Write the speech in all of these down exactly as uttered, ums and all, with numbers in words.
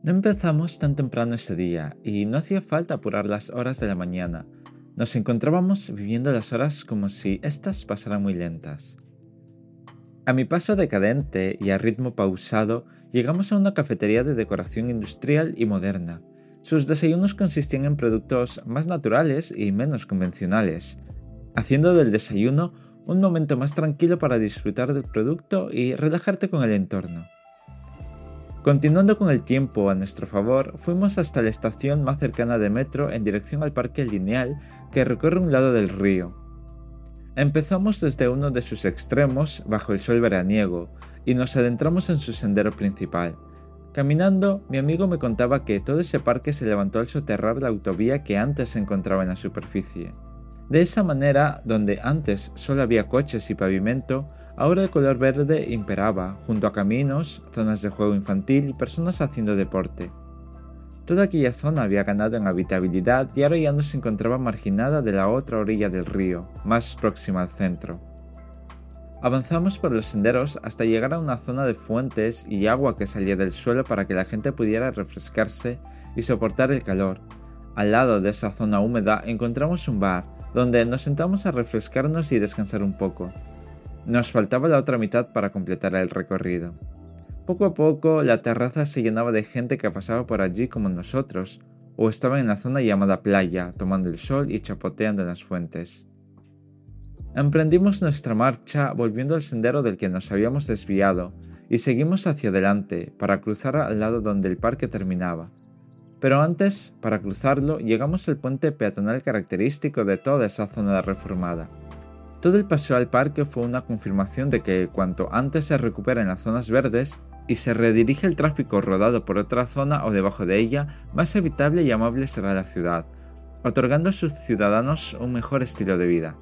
No empezamos tan temprano ese día y no hacía falta apurar las horas de la mañana. Nos encontrábamos viviendo las horas como si éstas pasaran muy lentas. A mi paso decadente y a ritmo pausado, llegamos a una cafetería de decoración industrial y moderna. Sus desayunos consistían en productos más naturales y menos convencionales, haciendo del desayuno un momento más tranquilo para disfrutar del producto y relajarte con el entorno. Continuando con el tiempo a nuestro favor, fuimos hasta la estación más cercana de metro en dirección al parque lineal que recorre un lado del río. Empezamos desde uno de sus extremos bajo el sol veraniego y nos adentramos en su sendero principal. Caminando, mi amigo me contaba que todo ese parque se levantó al soterrar la autovía que antes se encontraba en la superficie. De esa manera, donde antes solo había coches y pavimento, ahora el color verde imperaba, junto a caminos, zonas de juego infantil y personas haciendo deporte. Toda aquella zona había ganado en habitabilidad y ahora ya no se encontraba marginada de la otra orilla del río, más próxima al centro. Avanzamos por los senderos hasta llegar a una zona de fuentes y agua que salía del suelo para que la gente pudiera refrescarse y soportar el calor. Al lado de esa zona húmeda encontramos un bar, donde nos sentamos a refrescarnos y descansar un poco. Nos faltaba la otra mitad para completar el recorrido. Poco a poco la terraza se llenaba de gente que pasaba por allí como nosotros, o estaba en la zona llamada playa, tomando el sol y chapoteando en las fuentes. Emprendimos nuestra marcha volviendo al sendero del que nos habíamos desviado, y seguimos hacia adelante para cruzar al lado donde el parque terminaba. Pero antes, para cruzarlo, llegamos al puente peatonal característico de toda esa zona reformada. Todo el paseo al parque fue una confirmación de que cuanto antes se recuperen las zonas verdes y se redirige el tráfico rodado por otra zona o debajo de ella, más habitable y amable será la ciudad, otorgando a sus ciudadanos un mejor estilo de vida.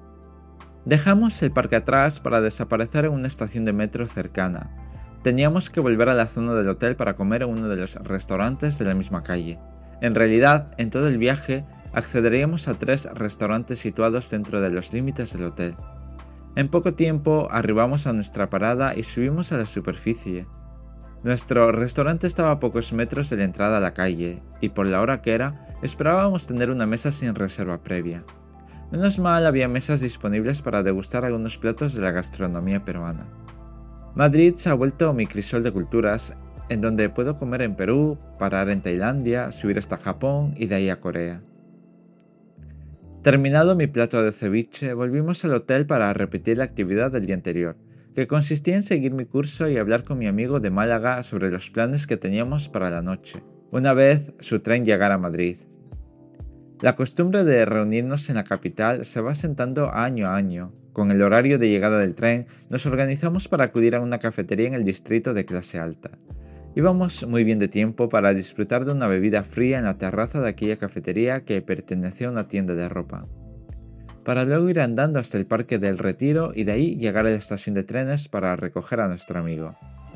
Dejamos el parque atrás para desaparecer en una estación de metro cercana. Teníamos que volver a la zona del hotel para comer en uno de los restaurantes de la misma calle. En realidad, en todo el viaje, accederíamos a tres restaurantes situados dentro de los límites del hotel. En poco tiempo arribamos a nuestra parada y subimos a la superficie. Nuestro restaurante estaba a pocos metros de la entrada a la calle, y por la hora que era, esperábamos tener una mesa sin reserva previa. Menos mal había mesas disponibles para degustar algunos platos de la gastronomía peruana. Madrid se ha vuelto mi crisol de culturas, en donde puedo comer en Perú, parar en Tailandia, subir hasta Japón y de ahí a Corea. Terminado mi plato de ceviche, volvimos al hotel para repetir la actividad del día anterior, que consistía en seguir mi curso y hablar con mi amigo de Málaga sobre los planes que teníamos para la noche, una vez su tren llegara a Madrid. La costumbre de reunirnos en la capital se va asentando año a año. Con el horario de llegada del tren, nos organizamos para acudir a una cafetería en el distrito de clase alta. Íbamos muy bien de tiempo para disfrutar de una bebida fría en la terraza de aquella cafetería que pertenecía a una tienda de ropa, para luego ir andando hasta el Parque del Retiro y de ahí llegar a la estación de trenes para recoger a nuestro amigo.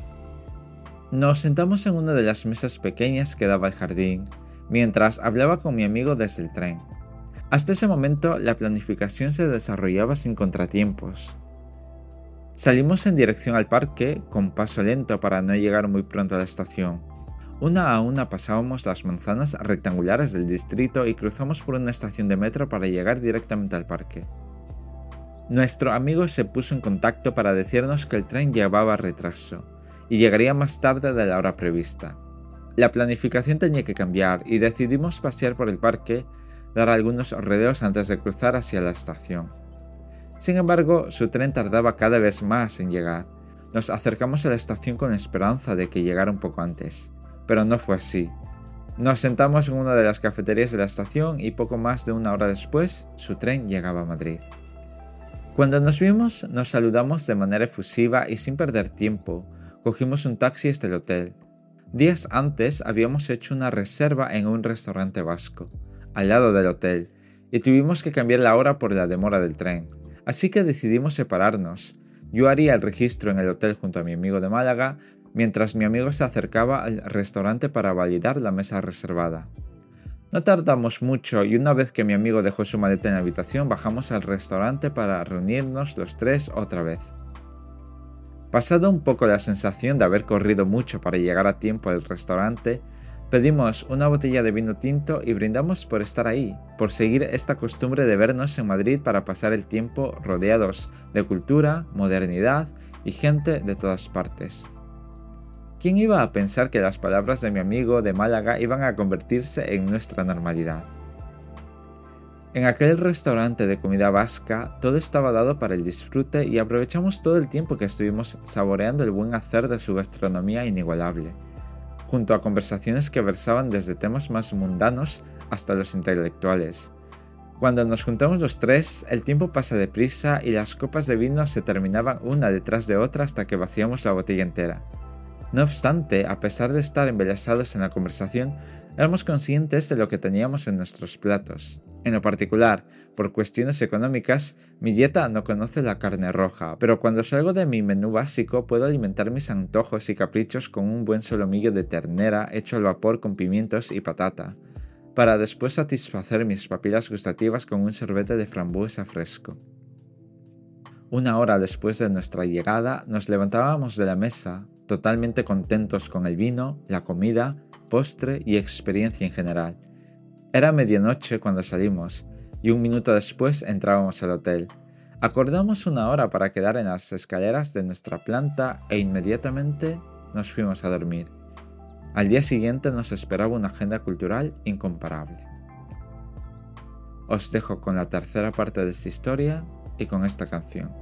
Nos sentamos en una de las mesas pequeñas que daba al jardín, mientras hablaba con mi amigo desde el tren. Hasta ese momento la planificación se desarrollaba sin contratiempos. Salimos en dirección al parque, con paso lento para no llegar muy pronto a la estación. Una a una pasábamos las manzanas rectangulares del distrito y cruzamos por una estación de metro para llegar directamente al parque. Nuestro amigo se puso en contacto para decirnos que el tren llevaba retraso y llegaría más tarde de la hora prevista. La planificación tenía que cambiar y decidimos pasear por el parque, dar algunos rodeos antes de cruzar hacia la estación. Sin embargo, su tren tardaba cada vez más en llegar. Nos acercamos a la estación con esperanza de que llegara un poco antes, pero no fue así. Nos sentamos en una de las cafeterías de la estación y poco más de una hora después, su tren llegaba a Madrid. Cuando nos vimos, nos saludamos de manera efusiva y sin perder tiempo, cogimos un taxi hasta el hotel. Días antes habíamos hecho una reserva en un restaurante vasco, al lado del hotel, y tuvimos que cambiar la hora por la demora del tren. Así que decidimos separarnos. Yo haría el registro en el hotel junto a mi amigo de Málaga, mientras mi amigo se acercaba al restaurante para validar la mesa reservada. No tardamos mucho y una vez que mi amigo dejó su maleta en la habitación, bajamos al restaurante para reunirnos los tres otra vez. Pasado un poco la sensación de haber corrido mucho para llegar a tiempo al restaurante, pedimos una botella de vino tinto y brindamos por estar ahí, por seguir esta costumbre de vernos en Madrid para pasar el tiempo rodeados de cultura, modernidad y gente de todas partes. ¿Quién iba a pensar que las palabras de mi amigo de Málaga iban a convertirse en nuestra normalidad? En aquel restaurante de comida vasca todo estaba dado para el disfrute y aprovechamos todo el tiempo que estuvimos saboreando el buen hacer de su gastronomía inigualable, junto a conversaciones que versaban desde temas más mundanos hasta los intelectuales. Cuando nos juntamos los tres, el tiempo pasa deprisa y las copas de vino se terminaban una detrás de otra hasta que vaciamos la botella entera. No obstante, a pesar de estar embelesados en la conversación, éramos conscientes de lo que teníamos en nuestros platos. En lo particular, por cuestiones económicas, mi dieta no conoce la carne roja, pero cuando salgo de mi menú básico puedo alimentar mis antojos y caprichos con un buen solomillo de ternera hecho al vapor con pimientos y patata, para después satisfacer mis papilas gustativas con un sorbete de frambuesa fresco. Una hora después de nuestra llegada, nos levantábamos de la mesa, totalmente contentos con el vino, la comida, postre y experiencia en general. Era medianoche cuando salimos, y un minuto después entrábamos al hotel. Acordamos una hora para quedar en las escaleras de nuestra planta e inmediatamente nos fuimos a dormir. Al día siguiente nos esperaba una agenda cultural incomparable. Os dejo con la tercera parte de esta historia y con esta canción.